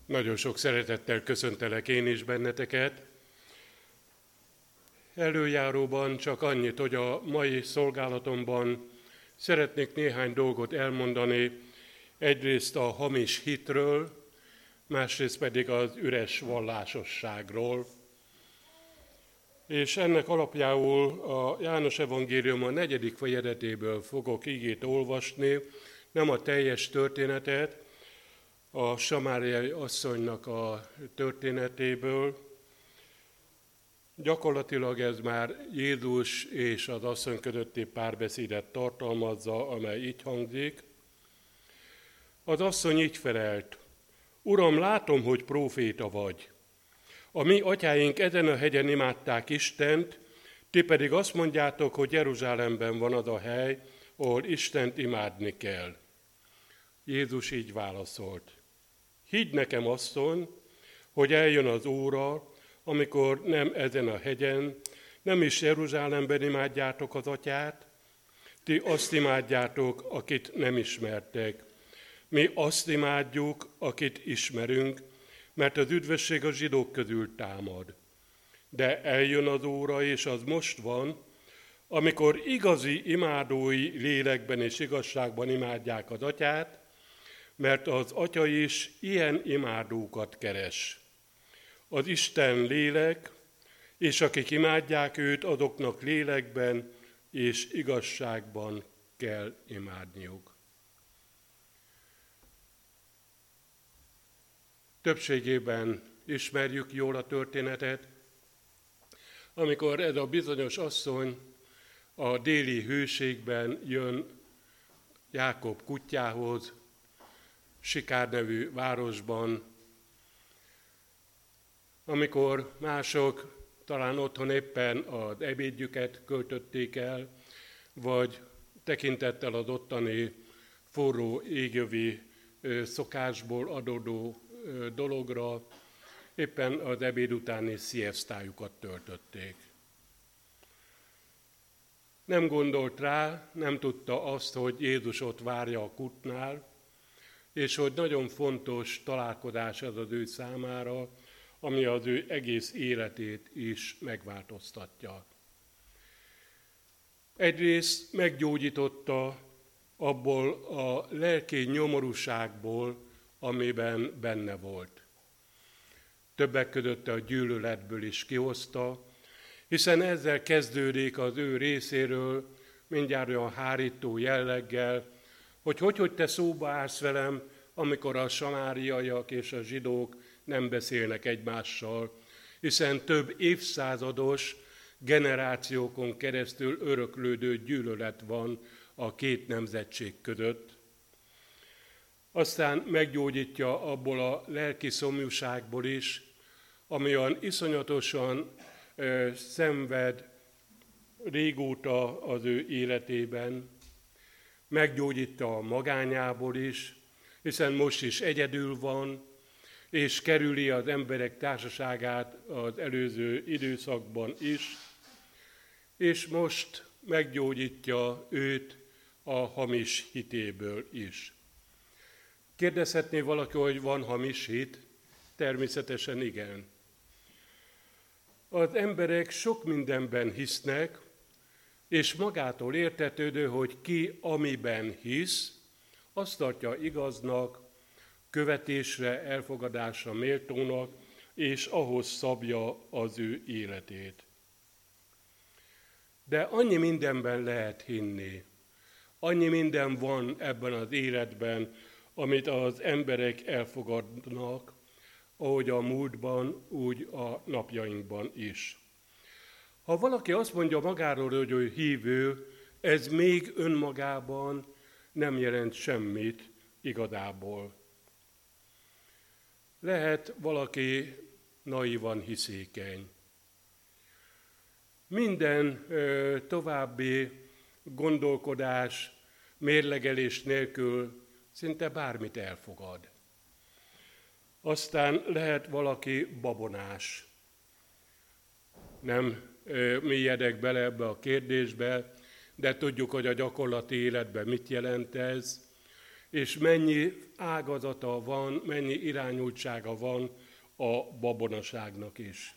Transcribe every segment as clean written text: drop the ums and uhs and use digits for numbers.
Nagyon sok szeretettel köszöntelek én is benneteket. Előjáróban csak annyit, hogy a mai szolgálatomban szeretnék néhány dolgot elmondani, egyrészt a hamis hitről, másrészt pedig az üres vallásosságról. És ennek alapjául a János evangélium a 4. fejezetéből fogok igét olvasni, nem a teljes történetet, a samáriai asszonynak a történetéből. Gyakorlatilag ez már Jézus és az asszony közötti párbeszédet tartalmazza, amely így hangzik. Az asszony így felelt: Uram, látom, hogy próféta vagy. A mi atyáink ezen a hegyen imádták Istent, ti pedig azt mondjátok, hogy Jeruzsálemben van az a hely, ahol Istent imádni kell. Jézus így válaszolt: Higgy nekem, asszony, hogy eljön az óra, amikor nem ezen a hegyen, nem is Jeruzsálemben imádjátok az atyát, ti azt imádjátok, akit nem ismertek. Mi azt imádjuk, akit ismerünk, mert az üdvösség a zsidók közül támad. De eljön az óra, és az most van, amikor igazi imádói lélekben és igazságban imádják az atyát, mert az atya is ilyen imádókat keres. Az Isten lélek, és akik imádják őt, azoknak lélekben és igazságban kell imádniuk. Többségében ismerjük jól a történetet, amikor ez a bizonyos asszony a déli hőségben jön Jákob kutyához, Sikár nevű városban, amikor mások talán otthon éppen az ebédjüket költötték el, vagy tekintettel az ottani forró égjövi szokásból adódó dologra éppen az ebéd utáni sziesztájukat töltötték. Nem gondolt rá, nem tudta azt, hogy Jézus ott várja a kútnál, és hogy nagyon fontos találkozás az az ő számára, ami az ő egész életét is megváltoztatja. Egyrészt meggyógyította abból a lelki nyomorúságból, amiben benne volt. Többek között a gyűlöletből is kihozta, hiszen ezzel kezdődik az ő részéről mindjárt olyan hárító jelleggel, hogy te szóba állsz velem, amikor a samáriaiak és a zsidók nem beszélnek egymással, hiszen több évszázados, generációkon keresztül öröklődő gyűlölet van a két nemzetség között. Aztán meggyógyítja abból a lelki szomjúságból is, ami olyan iszonyatosan szenved régóta az ő életében. Meggyógyítja a magányából is, hiszen most is egyedül van, és kerüli az emberek társaságát az előző időszakban is, és most meggyógyítja őt a hamis hitéből is. Kérdezhetné valaki, hogy van hamis hit? Természetesen igen. Az emberek sok mindenben hisznek, és magától értetődő, hogy ki amiben hisz, azt tartja igaznak, követésre, elfogadásra méltónak, és ahhoz szabja az ő életét. De annyi mindenben lehet hinni, annyi minden van ebben az életben, amit az emberek elfogadnak, ahogy a múltban, úgy a napjainkban is. Ha valaki azt mondja magáról, hogy ő hívő, ez még önmagában nem jelent semmit igazából. Lehet valaki naivan hiszékeny. Minden további gondolkodás, mérlegelés nélkül szinte bármit elfogad. Aztán lehet valaki babonás. Nem mélyedek bele ebbe a kérdésbe, de tudjuk, hogy a gyakorlati életben mit jelent ez. és mennyi ágazata van, mennyi irányultsága van a babonaságnak is.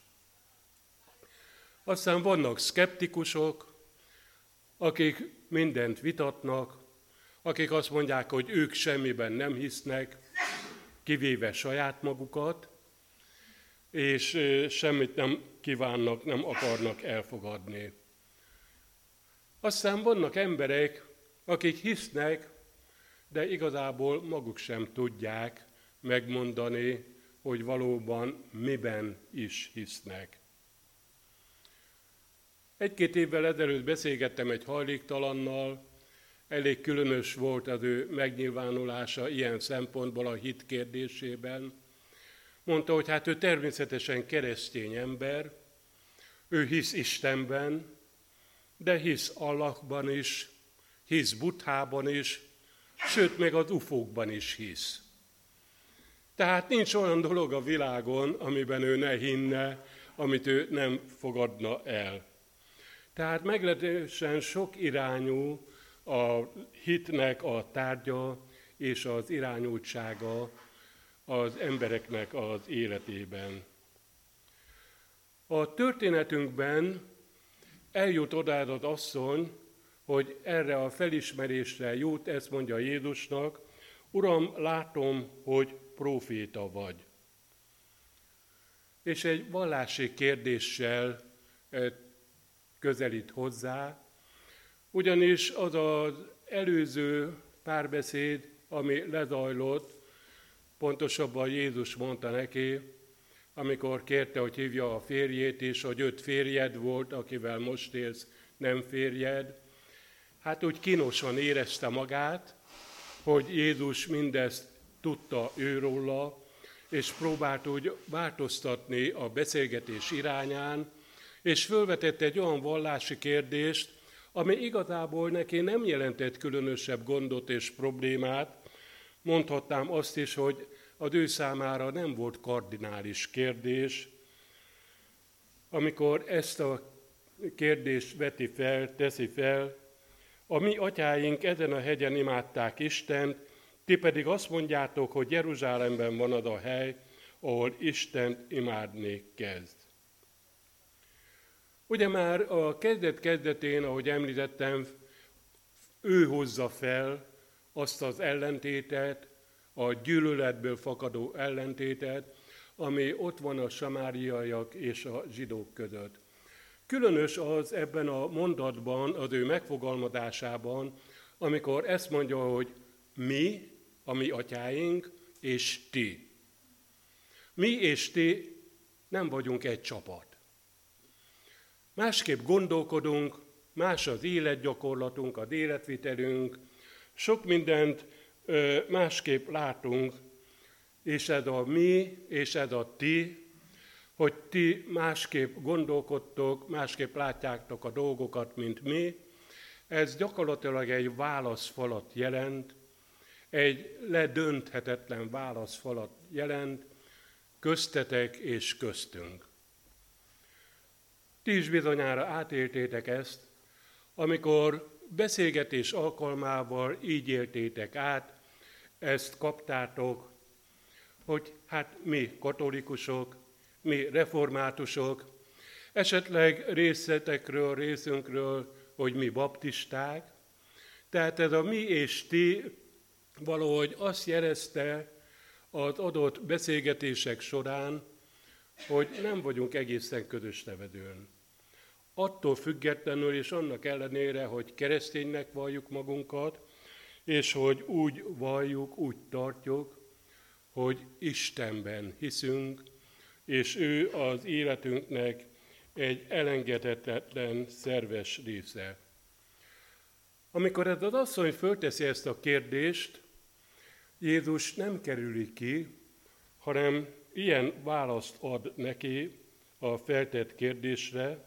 Aztán vannak szkeptikusok, akik mindent vitatnak, akik azt mondják, hogy ők semmiben nem hisznek, kivéve saját magukat, és semmit nem kívánnak, nem akarnak elfogadni. Aztán vannak emberek, akik hisznek, de igazából maguk sem tudják megmondani, hogy valóban miben is hisznek. Egy-két évvel ezelőtt beszélgettem egy hajléktalannal, elég különös volt az ő megnyilvánulása ilyen szempontból a hit kérdésében. Mondta, hogy hát ő természetesen keresztény ember, ő hisz Istenben, de hisz Allahban is, hisz Buddhában is, sőt, még az ufókban is hisz. Tehát nincs olyan dolog a világon, amiben ő ne hinne, amit ő nem fogadna el. Tehát meglehetősen sok irányú a hitnek a tárgya és az irányultsága az embereknek az életében. A történetünkben eljut oda az asszony, hogy erre a felismerésre jut, ezt mondja Jézusnak: Uram, látom, hogy próféta vagy. És egy vallási kérdéssel közelít hozzá, ugyanis az az előző párbeszéd, ami lezajlott, pontosabban Jézus mondta neki, amikor kérte, hogy hívja a férjét is, hogy 5 férjed volt, akivel most élsz, nem férjed. Hát úgy kínosan érezte magát, hogy Jézus mindezt tudta őróla, és próbált úgy változtatni a beszélgetés irányán, és fölvetett egy olyan vallási kérdést, ami igazából neki nem jelentett különösebb gondot és problémát. Mondhatnám azt is, hogy az ő számára nem volt kardinális kérdés. Amikor ezt a kérdést teszi fel, a mi atyáink ezen a hegyen imádták Istent, ti pedig azt mondjátok, hogy Jeruzsálemben van az a hely, ahol Istent imádni kezd. Ugye már a kezdet-kezdetén, ahogy említettem, ő hozza fel azt az ellentétet, a gyűlöletből fakadó ellentétet, ami ott van a samáriaiak és a zsidók között. Különös az ebben a mondatban, az ő megfogalmazásában, amikor ezt mondja, hogy mi, a mi atyáink, és ti. Mi és ti nem vagyunk egy csapat. Másképp gondolkodunk, más az életgyakorlatunk, az életvitelünk, sok mindent másképp látunk, és ez a mi, és ez a ti, hogy ti másképp gondolkodtok, másképp látjátok a dolgokat, mint mi, ez gyakorlatilag egy válaszfalat jelent, egy ledönthetetlen válaszfalat jelent köztetek és köztünk. Ti is bizonyára átéltétek ezt, amikor beszélgetés alkalmával így éltétek át, ezt kaptátok, hogy hát mi katolikusok, mi reformátusok, esetleg részünkről, hogy mi baptisták. Tehát ez a mi és ti valahogy azt jelezte az adott beszélgetések során, hogy nem vagyunk egészen közös nevezőn. Attól függetlenül és annak ellenére, hogy kereszténynek valljuk magunkat, és hogy úgy valljuk, úgy tartjuk, hogy Istenben hiszünk, és ő az életünknek egy elengedhetetlen szerves része. Amikor ez az asszony fölteszi ezt a kérdést, Jézus nem kerüli ki, hanem ilyen választ ad neki a feltett kérdésre: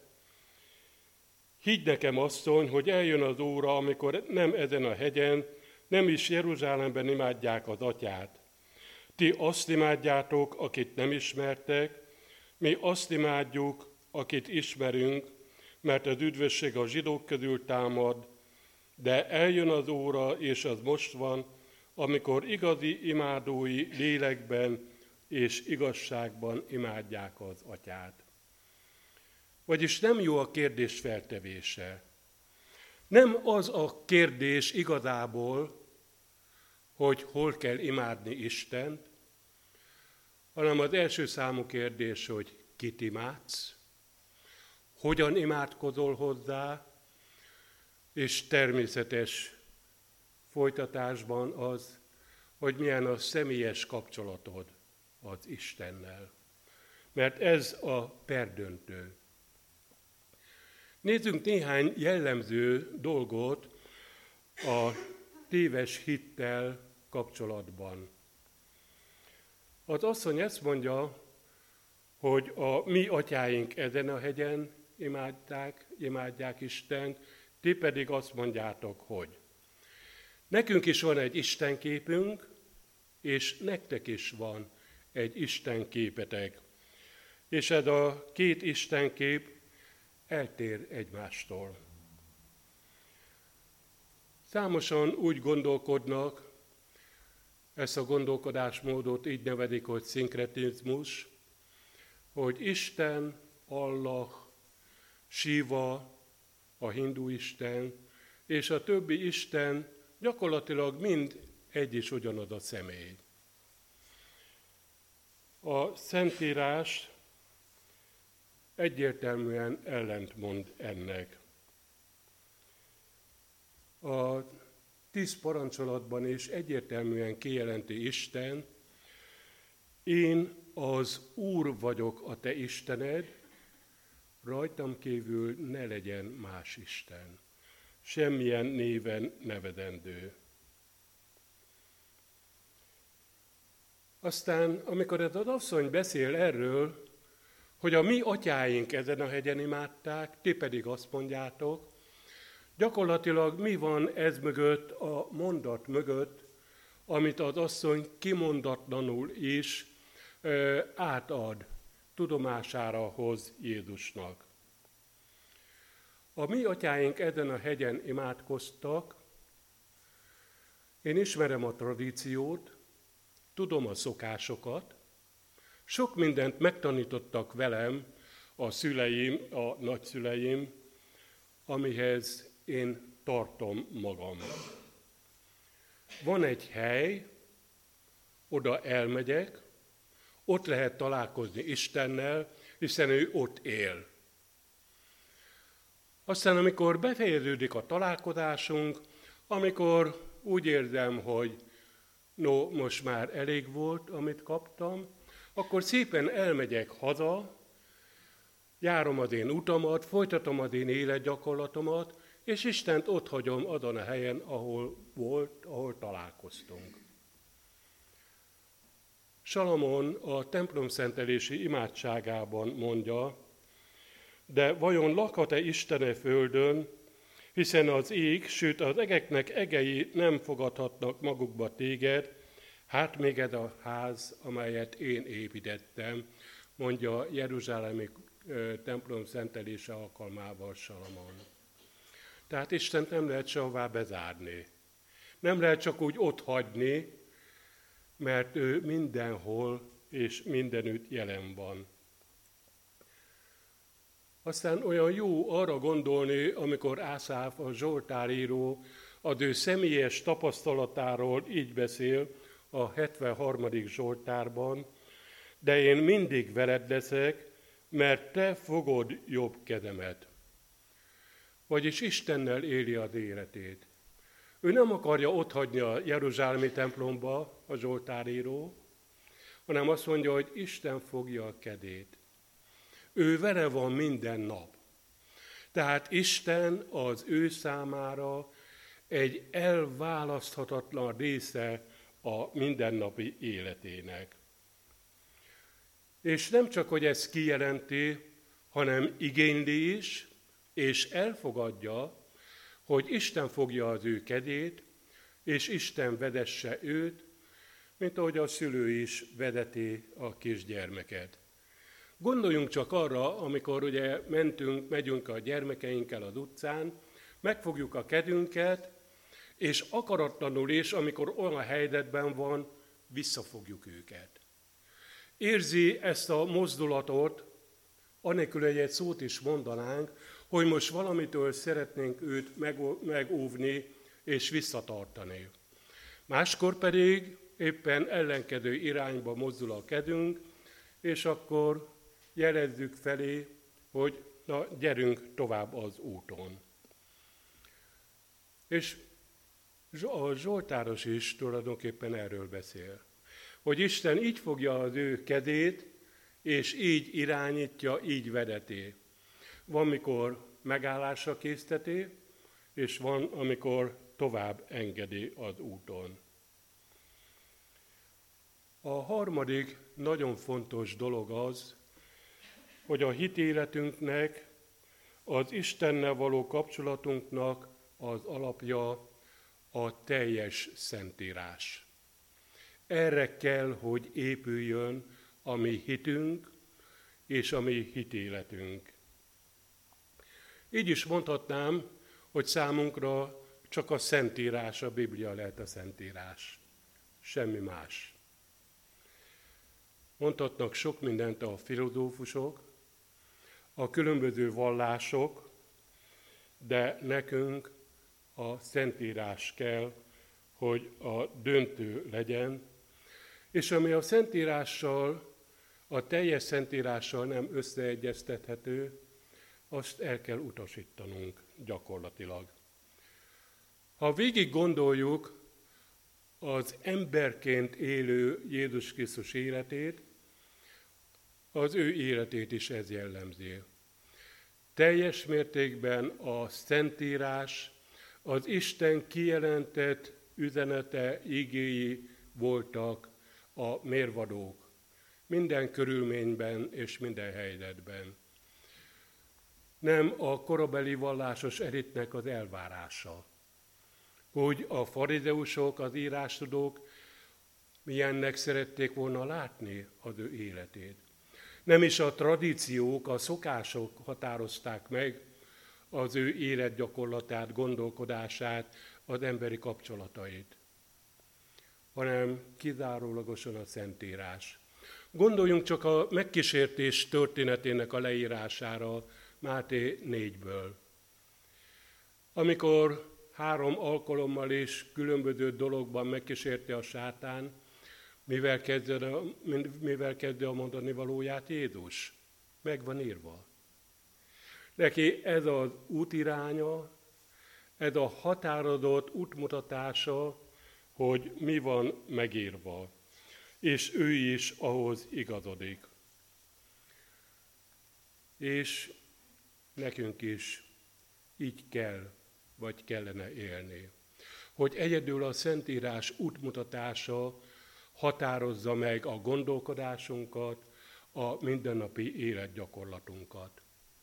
Higgy nekem, asszony, hogy eljön az óra, amikor nem ezen a hegyen, nem is Jeruzsálemben imádják az atyát. Ti azt imádjátok, akit nem ismertek, mi azt imádjuk, akit ismerünk, mert az üdvösség a zsidók közül támad, de eljön az óra, és az most van, amikor igazi imádói lélekben és igazságban imádják az Atyát. Vagyis nem jó a kérdés feltevése. Nem az a kérdés igazából, hogy hol kell imádni Istent, hanem az első számú kérdés, hogy kit imádsz, hogyan imádkozol hozzá, és természetes folytatásban az, hogy milyen a személyes kapcsolatod az Istennel. Mert ez a perdöntő. Nézzünk néhány jellemző dolgot a téves hittel kapcsolatban. Az asszony ezt mondja, hogy a mi atyáink ezen a hegyen imádják Istent, ti pedig azt mondjátok, hogy nekünk is van egy istenképünk, és nektek is van egy istenképetek. És ez a két istenkép eltér egymástól. Számosan úgy gondolkodnak, ezt a gondolkodásmódot így nevezik, hogy szinkretizmus, hogy Isten, Allah, Siva, a hindu isten, és a többi isten gyakorlatilag mind egy és ugyanaz a személy. A Szentírás egyértelműen ellentmond ennek. A 10 parancsolatban is egyértelműen kijelenti Isten, én az Úr vagyok a te Istened, rajtam kívül ne legyen más Isten, semmilyen néven nevezendő. Aztán, amikor ez az asszony beszél erről, hogy a mi atyáink ezen a hegyen imádták, ti pedig azt mondjátok, gyakorlatilag mi van ez mögött, a mondat mögött, amit az asszony kimondatlanul is átad, tudomására hoz Jézusnak. A mi atyáink ezen a hegyen imádkoztak, én ismerem a tradíciót, tudom a szokásokat, sok mindent megtanítottak velem a szüleim, a nagyszüleim, amihez én tartom magam. Van egy hely, oda elmegyek, ott lehet találkozni Istennel, hiszen ő ott él. Aztán, amikor befejeződik a találkozásunk, amikor úgy érzem, hogy most már elég volt, amit kaptam, akkor szépen elmegyek haza, járom az én utamat, folytatom az én életgyakorlatomat, és Istent ott hagyom azon a helyen, ahol találkoztunk. Salamon a templomszentelési imádságában mondja, de vajon lakhat-e Isten e földön, hiszen az ég, sőt az egeknek egei nem fogadhatnak magukba téged, hát még ez a ház, amelyet én építettem, mondja jeruzsálemi templom szentelése alkalmával Salamon. Tehát Istent nem lehet sehová bezárni. Nem lehet csak úgy ott hagyni, mert ő mindenhol és mindenütt jelen van. Aztán olyan jó arra gondolni, amikor Ászáf, a zsoltáríró, az ő személyes tapasztalatáról így beszél a 73. zsoltárban, de én mindig veled leszek, mert te fogod jobb kezemet. Vagyis Istennel éli az életét. Ő nem akarja otthagyni a jeruzsálemi templomba, a zsoltáríró, hanem azt mondja, hogy Isten fogja a kezét. Ő vele van minden nap. Tehát Isten az ő számára egy elválaszthatatlan része a mindennapi életének. És nem csak, hogy ezt kijelenti, hanem igényli is, és elfogadja, hogy Isten fogja az ő kezét, és Isten vedesse őt, mint ahogy a szülő is vedeti a kisgyermeket. Gondoljunk csak arra, amikor ugye megyünk a gyermekeinkkel az utcán, megfogjuk a kezünket, és akaratlanul is, amikor olyan helyzetben van, visszafogjuk őket. Érzi ezt a mozdulatot, anélkül, hogy egy szót is mondanánk, hogy most valamitől szeretnénk őt megóvni és visszatartani. Máskor pedig éppen ellenkező irányba mozdul a kezünk, és akkor jelezzük felé, hogy na, gyerünk tovább az úton. És a Zsoltáros is tulajdonképpen erről beszél, hogy Isten így fogja az ő kezét, és így irányítja, így vedeti. Van, mikor megállásra készteti, és van, amikor tovább engedi az úton. A harmadik nagyon fontos dolog az, hogy a hitéletünknek, az Istennel való kapcsolatunknak az alapja a teljes szentírás. Erre kell, hogy épüljön a mi hitünk és a mi hitéletünk. Így is mondhatnám, hogy számunkra csak a Szentírás, a Biblia lehet a Szentírás. Semmi más. Mondhatnak sok mindent a filozófusok, a különböző vallások, de nekünk a Szentírás kell, hogy a döntő legyen, és ami a Szentírással, a teljes Szentírással nem összeegyeztethető, azt el kell utasítanunk gyakorlatilag. Ha végig gondoljuk az emberként élő Jézus Krisztus életét, az ő életét is ez jellemzi. Teljes mértékben a Szentírás, az Isten kijelentett üzenete, igéi voltak a mérvadók. Minden körülményben és minden helyzetben. Nem a korabeli vallásos elitnek az elvárása, hogy a farizeusok, az írástudók milyennek szerették volna látni az ő életét. Nem is a tradíciók, a szokások határozták meg az ő életgyakorlatát, gondolkodását, az emberi kapcsolatait, hanem kizárólagosan a Szentírás. Gondoljunk csak a megkísértés történetének a leírására Máté 4-ből. Amikor 3 alkalommal is különböző dologban megkísérte a sátán, mivel kezdte a mondani valóját Jézus? Meg van írva. Neki ez az útiránya, ez a határozott útmutatása, hogy mi van megírva, és ő is ahhoz igazodik. És nekünk is így kell, vagy kellene élni. Hogy egyedül a Szentírás útmutatása határozza meg a gondolkodásunkat, a mindennapi életgyakorlatunkat.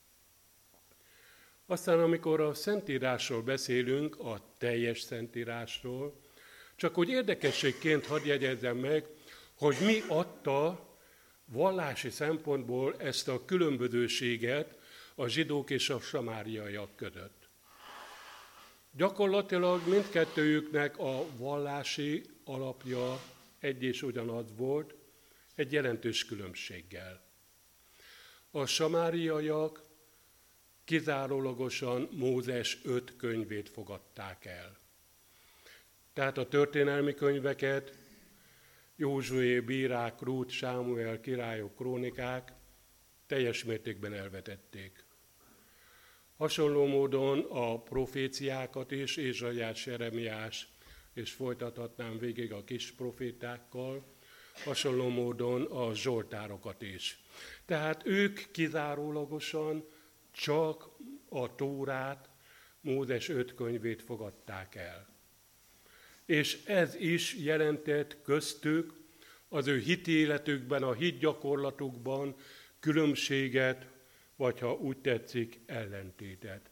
Aztán, amikor a Szentírásról beszélünk, a teljes Szentírásról, csak hogy érdekességként hadd jegyezzem meg, hogy mi adta vallási szempontból ezt a különbözőséget a zsidók és a samáriaiak között. Gyakorlatilag mindkettőjüknek a vallási alapja egy és ugyanaz volt, egy jelentős különbséggel. A samáriaiak kizárólagosan Mózes 5 könyvét fogadták el. Tehát a történelmi könyveket, Józsué, Bírák, Rút, Sámuel, királyok, krónikák teljes mértékben elvetették. Hasonló módon a proféciákat is, Ézsaiás, Jeremiás, és folytathatnám végig a kis profétákkal, hasonló módon a zsoltárokat is. Tehát ők kizárólagosan csak a Tórát, Mózes 5 könyvét fogadták el. És ez is jelentett köztük, az ő hitéletükben, a hitgyakorlatukban különbséget, vagy ha úgy tetszik, ellentétet.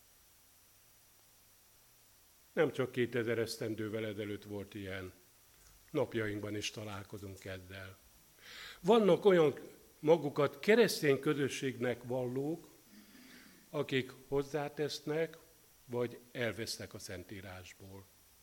Nem csak 2000 esztendővel ezelőtt volt ilyen, napjainkban is találkozunk ezzel. Vannak olyan magukat keresztény közösségnek vallók, akik hozzátesznek, vagy elvesznek a Szentírásból.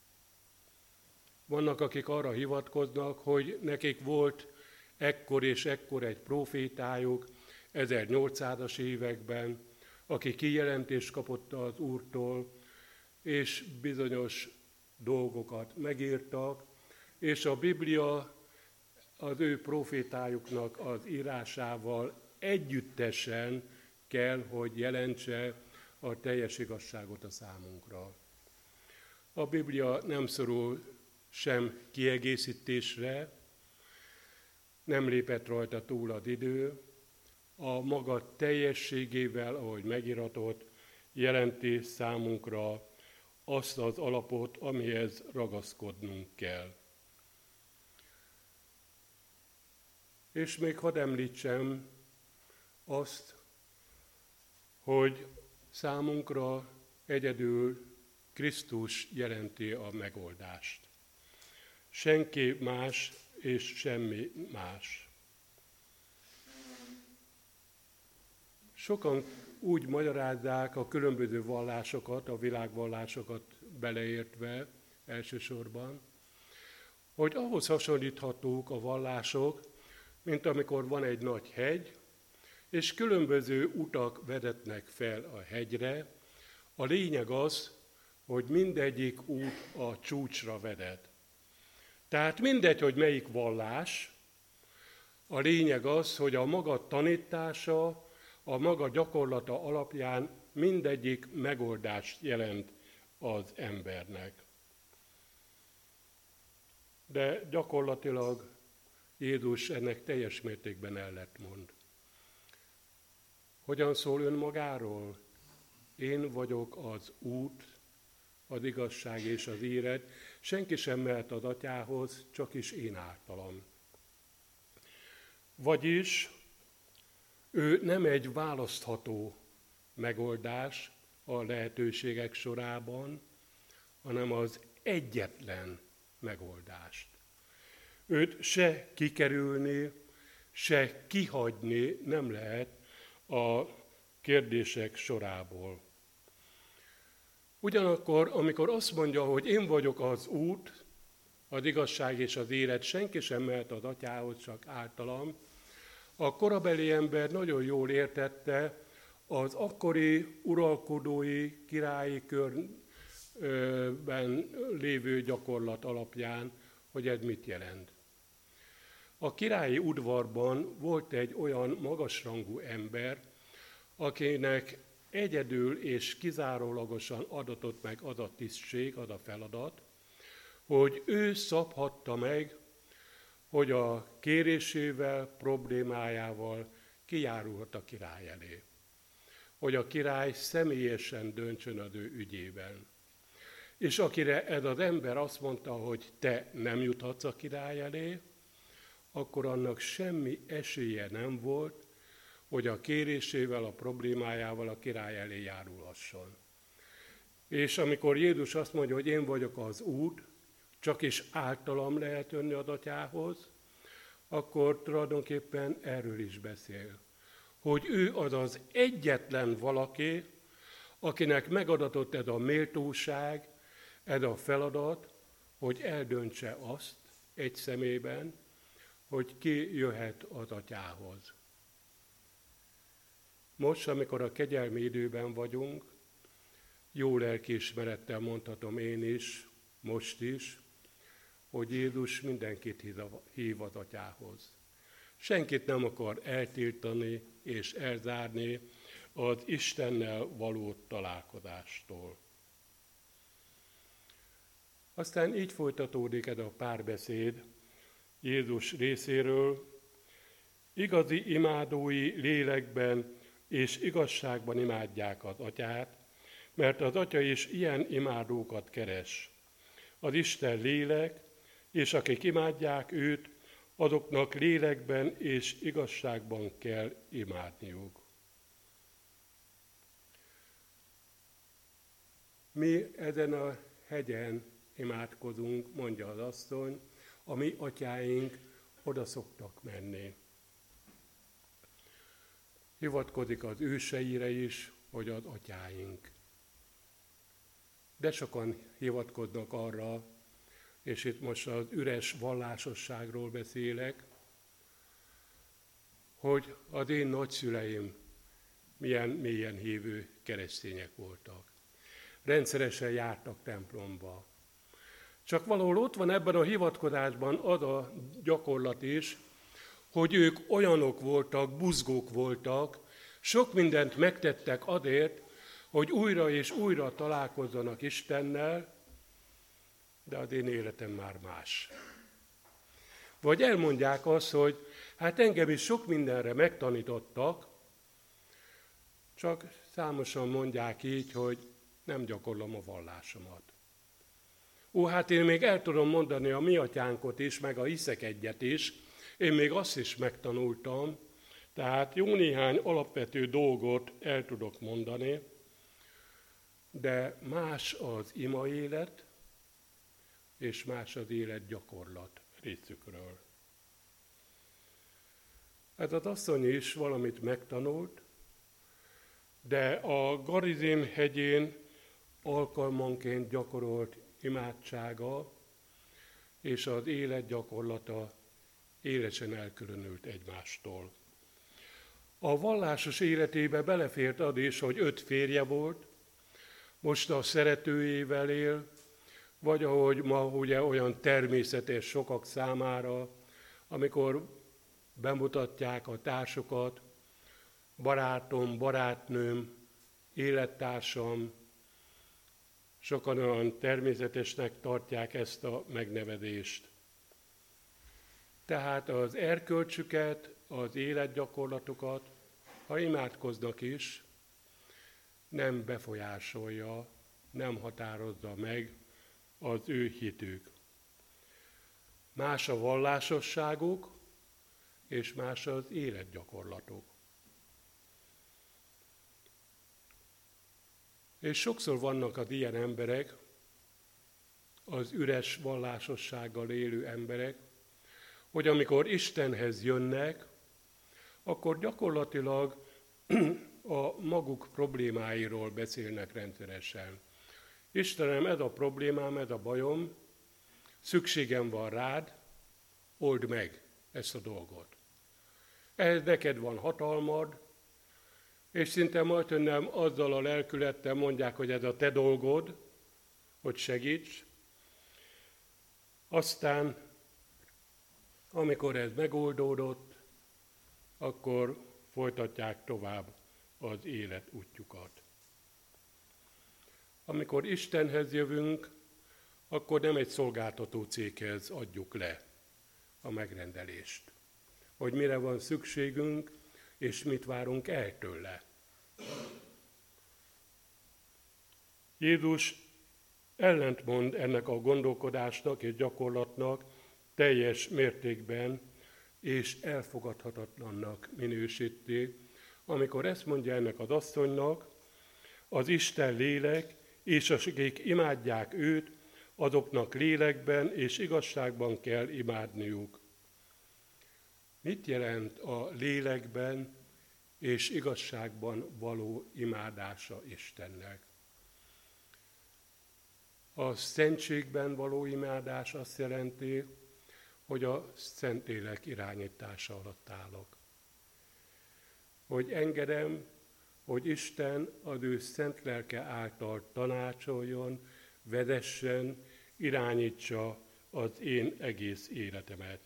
Vannak, akik arra hivatkoznak, hogy nekik volt ekkor és ekkor egy profétájuk 1800-as években, aki kijelentést kapott az Úrtól, és bizonyos dolgokat megírtak, és a Biblia az ő profétájuknak az írásával együttesen kell, hogy jelentse a teljes igazságot a számunkra. A Biblia nem szorul sem kiegészítésre, nem lépett rajta túl az idő, a maga teljességével, ahogy megiratott, jelenti számunkra azt az alapot, amihez ragaszkodnunk kell. És még hadd említsem azt, hogy számunkra egyedül Krisztus jelenti a megoldást. Senki más és semmi más. Sokan úgy magyarázzák a különböző vallásokat, a világvallásokat beleértve elsősorban, hogy ahhoz hasonlíthatók a vallások, mint amikor van egy nagy hegy, és különböző utak vezetnek fel a hegyre. A lényeg az, hogy mindegyik út a csúcsra vezet. Tehát mindegy, hogy melyik vallás, a lényeg az, hogy a maga tanítása, a maga gyakorlata alapján mindegyik megoldást jelent az embernek. De gyakorlatilag Jézus ennek teljes mértékben ellentmond. Hogyan szól önmagáról? Én vagyok az út, az igazság és az élet. Senki sem mehet az Atyához, csak is én általam. Vagyis ő nem egy választható megoldás a lehetőségek sorában, hanem az egyetlen megoldást. Őt se kikerülni, se kihagyni nem lehet a kérdések sorából. Ugyanakkor, amikor azt mondja, hogy én vagyok az út, az igazság és az élet, senki sem mehet az Atyához, csak általam, a korabeli ember nagyon jól értette az akkori uralkodói, királyi körben lévő gyakorlat alapján, hogy ez mit jelent. A királyi udvarban volt egy olyan magasrangú ember, akinek egyedül és kizárólagosan adatott meg az a tisztség, az a feladat, hogy ő szabhatta meg, hogy a kérésével, problémájával kijárulhat a király elé. Hogy a király személyesen döntsön az ő ügyében. És akire ez az ember azt mondta, hogy te nem juthatsz a király elé, akkor annak semmi esélye nem volt, hogy a kérésével, a problémájával a király elé járulhasson. És amikor Jézus azt mondja, hogy én vagyok az út, csak is általam lehet jönni az Atyához, akkor tulajdonképpen erről is beszél. Hogy ő az az egyetlen valaki, akinek megadatott ez a méltóság, ez a feladat, hogy eldöntse azt egy személyben, hogy ki jöhet az Atyához. Most, amikor a kegyelmi időben vagyunk, jó lelkiismerettel mondhatom én is, most is, hogy Jézus mindenkit hív az Atyához. Senkit nem akar eltiltani és elzárni az Istennel való találkozástól. Aztán így folytatódik ez a párbeszéd Jézus részéről. Igazi imádói lélekben és igazságban imádják az Atyát, mert az Atya is ilyen imádókat keres. Az Isten lélek, és akik imádják őt, azoknak lélekben és igazságban kell imádniuk. Mi ezen a hegyen imádkozunk, mondja az asszony, a mi atyáink oda szoktak menni. Hivatkozik az őseire is, hogy az atyáink. De sokan hivatkoznak arra, és itt most az üres vallásosságról beszélek, hogy az én nagyszüleim milyen mélyen hívő keresztények voltak. Rendszeresen jártak templomba. Csak valahol ott van ebben a hivatkozásban az a gyakorlat is, hogy ők olyanok voltak, buzgók voltak, sok mindent megtettek azért, hogy újra és újra találkozzanak Istennel, de az én életem már más. Vagy elmondják azt, hogy hát engem is sok mindenre megtanítottak, csak számosan mondják így, hogy nem gyakorlom a vallásomat. Hát én még el tudom mondani a mi atyánkot is, meg a hiszek egyet is, én még azt is megtanultam, tehát jó néhány alapvető dolgot el tudok mondani, de más az ima élet, és más az élet gyakorlat részükről. Ez az asszony is valamit megtanult, de a Garizim hegyén alkalmanként gyakorolt imádsága és az élet gyakorlata élesen elkülönült egymástól. A vallásos életébe belefért az is, hogy 5 férje volt, most a szeretőjével él, vagy ahogy ma ugye olyan természetes sokak számára, amikor bemutatják a társukat, barátom, barátnőm, élettársam, sokan olyan természetesnek tartják ezt a megnevezést. Tehát az erkölcsüket, az életgyakorlatukat, ha imádkoznak is, nem befolyásolja, nem határozza meg az ő hitük. Más a vallásosságuk, és más az életgyakorlatuk. És sokszor vannak az ilyen emberek, az üres vallásossággal élő emberek, hogy amikor Istenhez jönnek, akkor gyakorlatilag a maguk problémáiról beszélnek rendszeresen. Istenem, ez a problémám, ez a bajom, szükségem van rád, old meg ezt a dolgot. Ehhez neked van hatalmad, és szinte majdnem azzal a lelkülettel mondják, hogy ez a te dolgod, hogy segíts. Aztán, amikor ez megoldódott, akkor folytatják tovább az élet útjukat. Amikor Istenhez jövünk, akkor nem egy szolgáltató céghez adjuk le a megrendelést, hogy mire van szükségünk, és mit várunk el tőle. Jézus ellentmond ennek a gondolkodásnak és gyakorlatnak teljes mértékben, és elfogadhatatlannak minősíti, amikor ezt mondja ennek az asszonynak, az Isten lélek, és akik imádják őt, azoknak lélekben és igazságban kell imádniuk. Mit jelent a lélekben és igazságban való imádása Istennek? A szentségben való imádás azt jelenti, hogy a Szentlélek irányítása alatt állok. Hogy engedem, hogy Isten az ő szent lelke által tanácsoljon, vezessen, irányítsa az én egész életemet.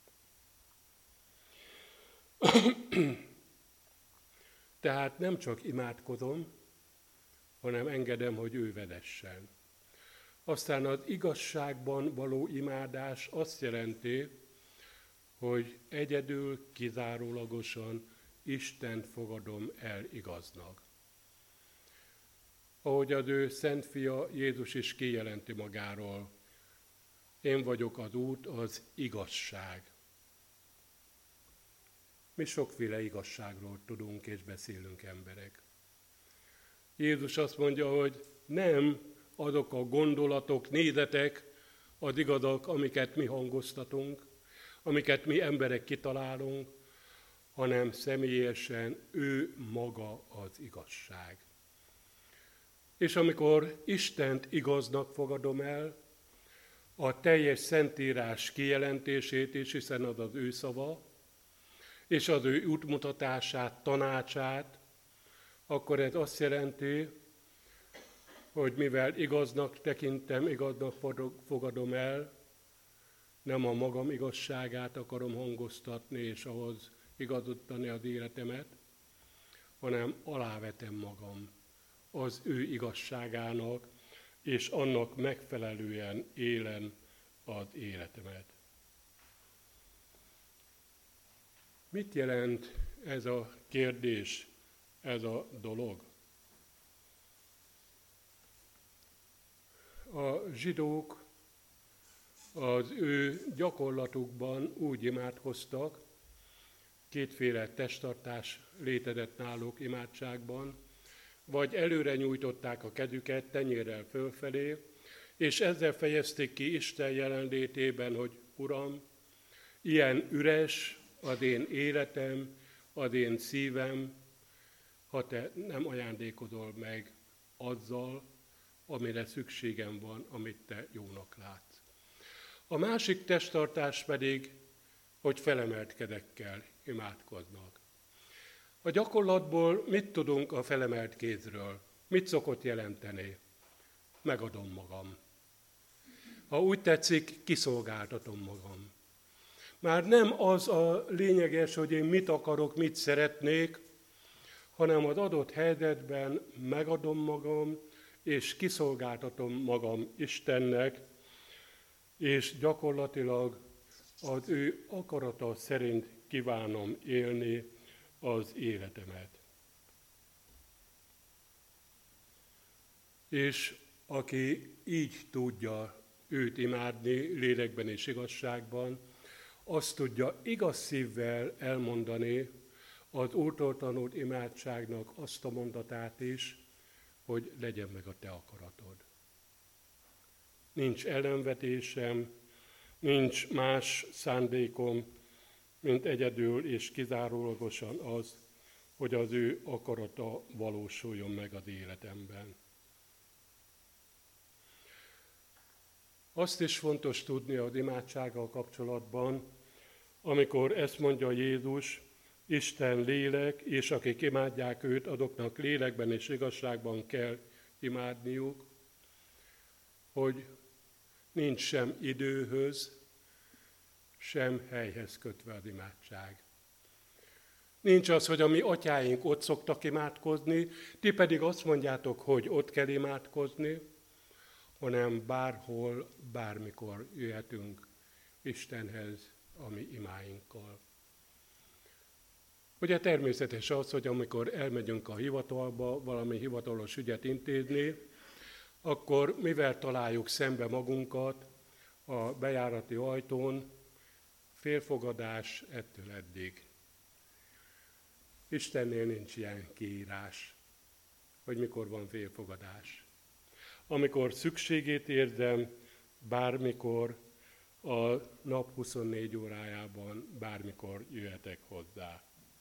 Tehát nem csak imádkozom, hanem engedem, hogy ő vezessen. Aztán az igazságban való imádás azt jelenti, hogy egyedül, kizárólagosan Istent fogadom el igaznak. Ahogy az ő szent fia Jézus is kijelenti magáról, én vagyok az út, az igazság. Mi sokféle igazságról tudunk és beszélünk emberek. Jézus azt mondja, hogy nem azok a gondolatok, nézetek az igazak, amiket mi hangoztatunk, amiket mi emberek kitalálunk, hanem személyesen ő maga az igazság. És amikor Istent igaznak fogadom el, a teljes Szentírás kijelentését is, hiszen az az ő szava, és az ő útmutatását, tanácsát, akkor ez azt jelenti, hogy mivel igaznak tekintem, igaznak fogadom el, nem a magam igazságát akarom hangoztatni és ahhoz igazítani az életemet, hanem alávetem magam az ő igazságának, és annak megfelelően élem az életemet. Mit jelent ez a kérdés, ez a dolog? A zsidók az ő gyakorlatukban úgy imádkoztak, kétféle testtartás létezett náluk imádságban, vagy előre nyújtották a kezüket tenyérrel fölfelé, és ezzel fejezték ki Isten jelenlétében, hogy Uram, ilyen üres az én életem, az én szívem, ha te nem ajándékozol meg azzal, amire szükségem van, amit te jónak látsz. A másik testtartás pedig, hogy felemelt kezekkel imádkoznak. A gyakorlatból mit tudunk a felemelt kézről? Mit szokott jelenteni? Megadom magam. Ha úgy tetszik, kiszolgáltatom magam. Már nem az a lényeges, hogy én mit akarok, mit szeretnék, hanem az adott helyzetben megadom magam, és kiszolgáltatom magam Istennek, és gyakorlatilag az ő akarata szerint kívánom élni az életemet. És aki így tudja őt imádni lélekben és igazságban, azt tudja igaz szívvel elmondani az Úrtól tanult imádságnak azt a mondatát is, hogy legyen meg a te akaratod. Nincs ellenvetésem, nincs más szándékom, mint egyedül és kizárólagosan az, hogy az ő akarata valósuljon meg az életemben. Azt is fontos tudni az imádsággal kapcsolatban, amikor ezt mondja Jézus, Isten lélek, és akik imádják őt, azoknak lélekben és igazságban kell imádniuk, hogy nincs sem időhöz, sem helyhez kötve az imádság. Nincs az, hogy a mi atyáink ott szoktak imádkozni, ti pedig azt mondjátok, hogy ott kell imádkozni, hanem bárhol, bármikor jöhetünk Istenhez a mi imáinkkal. Ugye természetes az, hogy amikor elmegyünk a hivatalba valami hivatalos ügyet intézni, akkor mivel találjuk szembe magunkat a bejárati ajtón, félfogadás ettől eddig. Istennél nincs ilyen kiírás, hogy mikor van félfogadás. Amikor szükségét érzem, bármikor, a nap 24 órájában bármikor jöhetek hozzá.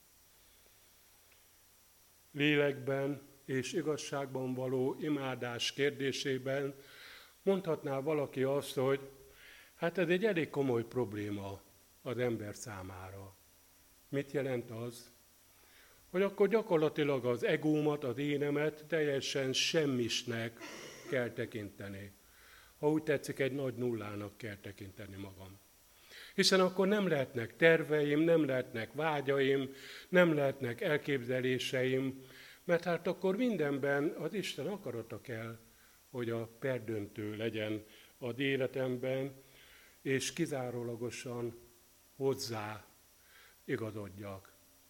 Lélekben és igazságban való imádás kérdésében mondhatná valaki azt, hogy hát ez egy elég komoly probléma az ember számára. Mit jelent az? Hogy akkor gyakorlatilag az egómat, az énemet teljesen semmisnek kell tekinteni. Ha úgy tetszik, egy nagy nullának kell tekinteni magam. Hiszen akkor nem lehetnek terveim, nem lehetnek vágyaim, nem lehetnek elképzeléseim, mert hát akkor mindenben az Isten akarata kell, hogy a perdöntő legyen az életemben, és kizárólagosan hozzá igazodjak.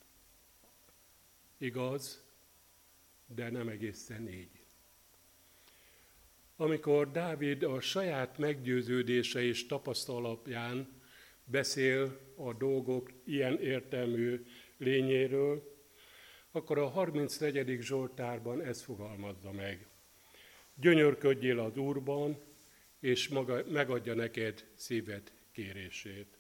Igaz, de nem egészen így. Amikor Dávid a saját meggyőződése és tapasztalatján beszél a dolgok ilyen értelmű lényéről, akkor a 34. Zsoltárban ez fogalmazza meg. Gyönyörködjél az Úrban, és megadja neked szíved kérését.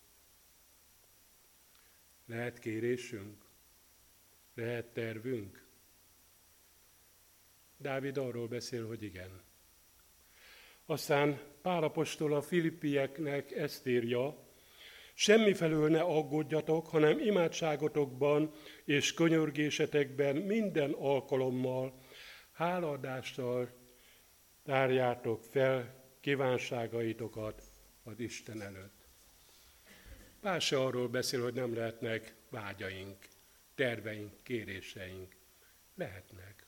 Lehet kérésünk? Lehet tervünk? Dávid arról beszél, hogy igen. Aztán Pál apostol a filippieknek ezt írja: semmifelől ne aggódjatok, hanem imádságotokban és könyörgésetekben minden alkalommal, hálaadással tárjátok fel kívánságaitokat az Isten előtt. Pál se arról beszél, hogy nem lehetnek vágyaink, terveink, kéréseink. Lehetnek.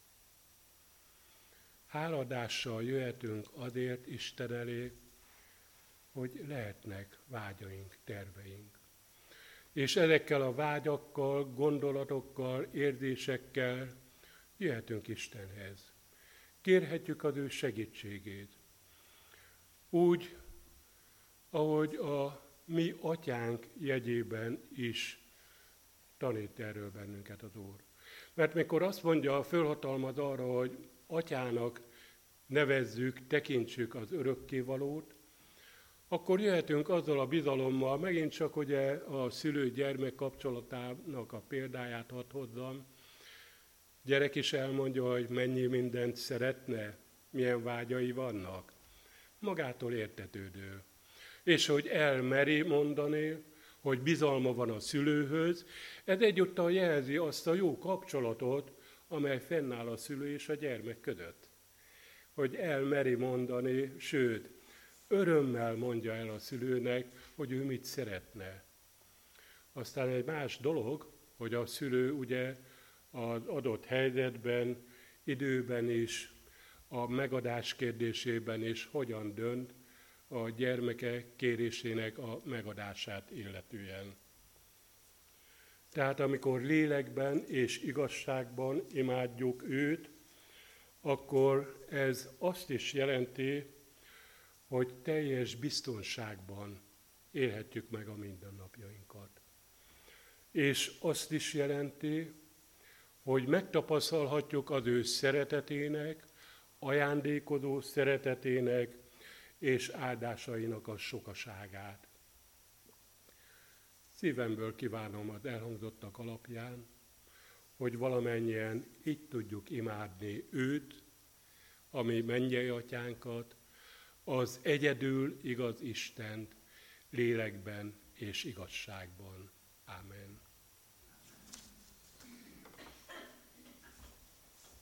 Hálaadással jöhetünk azért Isten elé, hogy lehetnek vágyaink, terveink. És ezekkel a vágyakkal, gondolatokkal, érzésekkel jöhetünk Istenhez. Kérhetjük az ő segítségét. Úgy, ahogy a mi atyánk jegyében is tanít erről bennünket az Úr. Mert mikor azt mondja, fölhatalmaz arra, hogy atyának nevezzük, tekintsük az örökkévalót, akkor jöhetünk azzal a bizalommal, megint csak ugye a szülő-gyermek kapcsolatának a példáját hadd hozzam. Gyerek is elmondja, hogy mennyi mindent szeretne, milyen vágyai vannak. Magától értetődő. És hogy elmeri mondani, hogy bizalma van a szülőhöz, ez egyúttal jelzi azt a jó kapcsolatot, amely fennáll a szülő és a gyermek között. Hogy elmeri mondani, sőt, örömmel mondja el a szülőnek, hogy ő mit szeretne. Aztán egy más dolog, hogy a szülő ugye az adott helyzetben, időben is, a megadás kérdésében is hogyan dönt a gyermeke kérésének a megadását illetően. Tehát amikor lélekben és igazságban imádjuk őt, akkor ez azt is jelenti, hogy teljes biztonságban élhetjük meg a mindennapjainkat. És azt is jelenti, hogy megtapasztalhatjuk az ő szeretetének, ajándékozó szeretetének és áldásainak a sokaságát. Szívemből kívánom az elhangzottak alapján, hogy valamennyien így tudjuk imádni őt, a mi mennyei atyánkat, az egyedül igaz Istent lélekben és igazságban. Ámen.